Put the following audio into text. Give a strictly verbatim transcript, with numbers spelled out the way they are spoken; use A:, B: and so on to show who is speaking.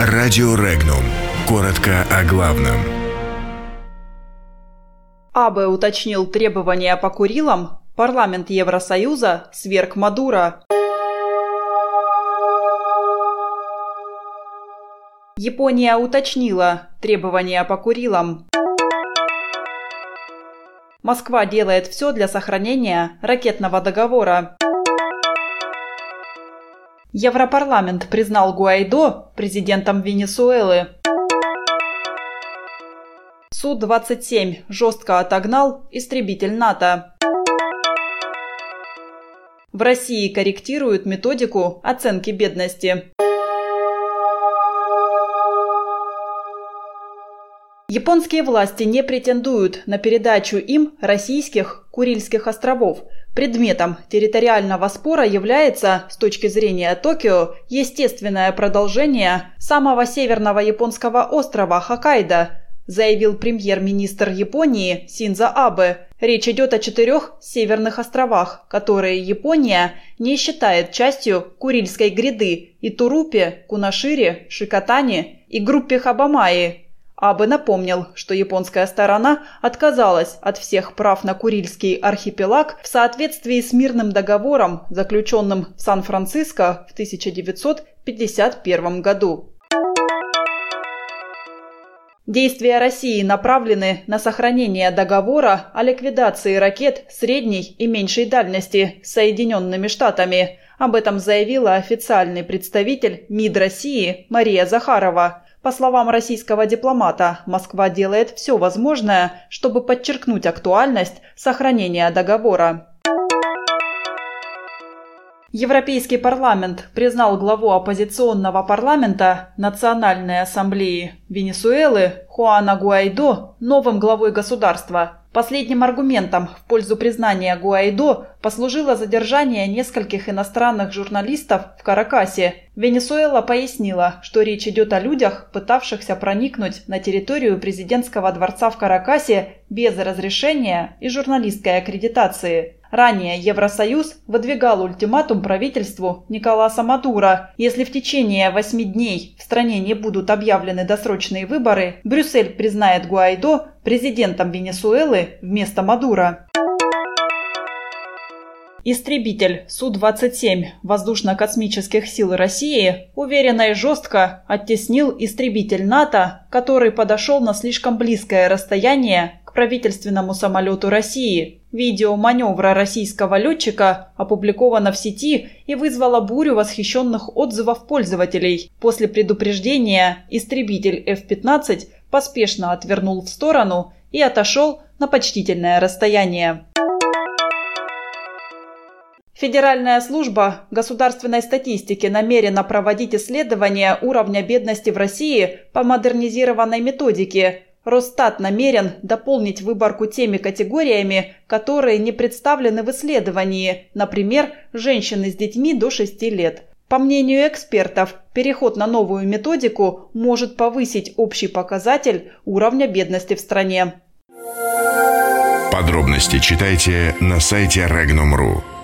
A: Радио Регнум. Коротко о главном.
B: Абе уточнил требования по Курилам. Парламент Евросоюза сверг Мадуро. Япония уточнила требования по Курилам. Москва делает все для сохранения ракетного договора. Европарламент признал Гуайдо президентом Венесуэлы. Су двадцать семь жестко отогнал истребитель НАТО. В России корректируют методику оценки бедности. Японские власти не претендуют на передачу им российских Курильских островов. Предметом территориального спора является, с точки зрения Токио, естественное продолжение самого северного японского острова Хоккайдо, заявил премьер-министр Японии Синдзо Абе. Речь идет о четырех северных островах, которые Япония не считает частью Курильской гряды – Итурупе, Кунашире, Шикотане и группе Хабамаи. Абе напомнил, что японская сторона отказалась от всех прав на Курильский архипелаг в соответствии с мирным договором, заключенным в Сан-Франциско в тысяча девятьсот пятьдесят первом году. Действия России направлены на сохранение договора о ликвидации ракет средней и меньшей дальности с Соединенными Штатами. Об этом заявила официальный представитель МИД России Мария Захарова. По словам российского дипломата, Москва делает все возможное, чтобы подчеркнуть актуальность сохранения договора. Европейский парламент признал главу оппозиционного парламента Национальной ассамблеи Венесуэлы Хуана Гуайдо новым главой государства. Последним аргументом в пользу признания Гуайдо послужило задержание нескольких иностранных журналистов в Каракасе. Венесуэла пояснила, что речь идет о людях, пытавшихся проникнуть на территорию президентского дворца в Каракасе без разрешения и журналистской аккредитации. Ранее Евросоюз выдвигал ультиматум правительству Николаса Мадуро. Если в течение восьми дней в стране не будут объявлены досрочные выборы, Брюссель признает Гуайдо президентом Венесуэлы вместо Мадуро. Истребитель Су двадцать семь воздушно-космических сил России уверенно и жестко оттеснил истребитель НАТО, который подошел на слишком близкое расстояние к правительственному самолету России. Видео маневра российского летчика опубликовано в сети и вызвало бурю восхищенных отзывов пользователей. После предупреждения истребитель эф пятнадцать поспешно отвернул в сторону и отошел на почтительное расстояние. Федеральная служба государственной статистики намерена проводить исследование уровня бедности в России по модернизированной методике. Росстат намерен дополнить выборку теми категориями, которые не представлены в исследовании, например, женщины с детьми до шести лет. По мнению экспертов, переход на новую методику может повысить общий показатель уровня бедности в стране.
A: Подробности читайте на сайте регнум точка ру.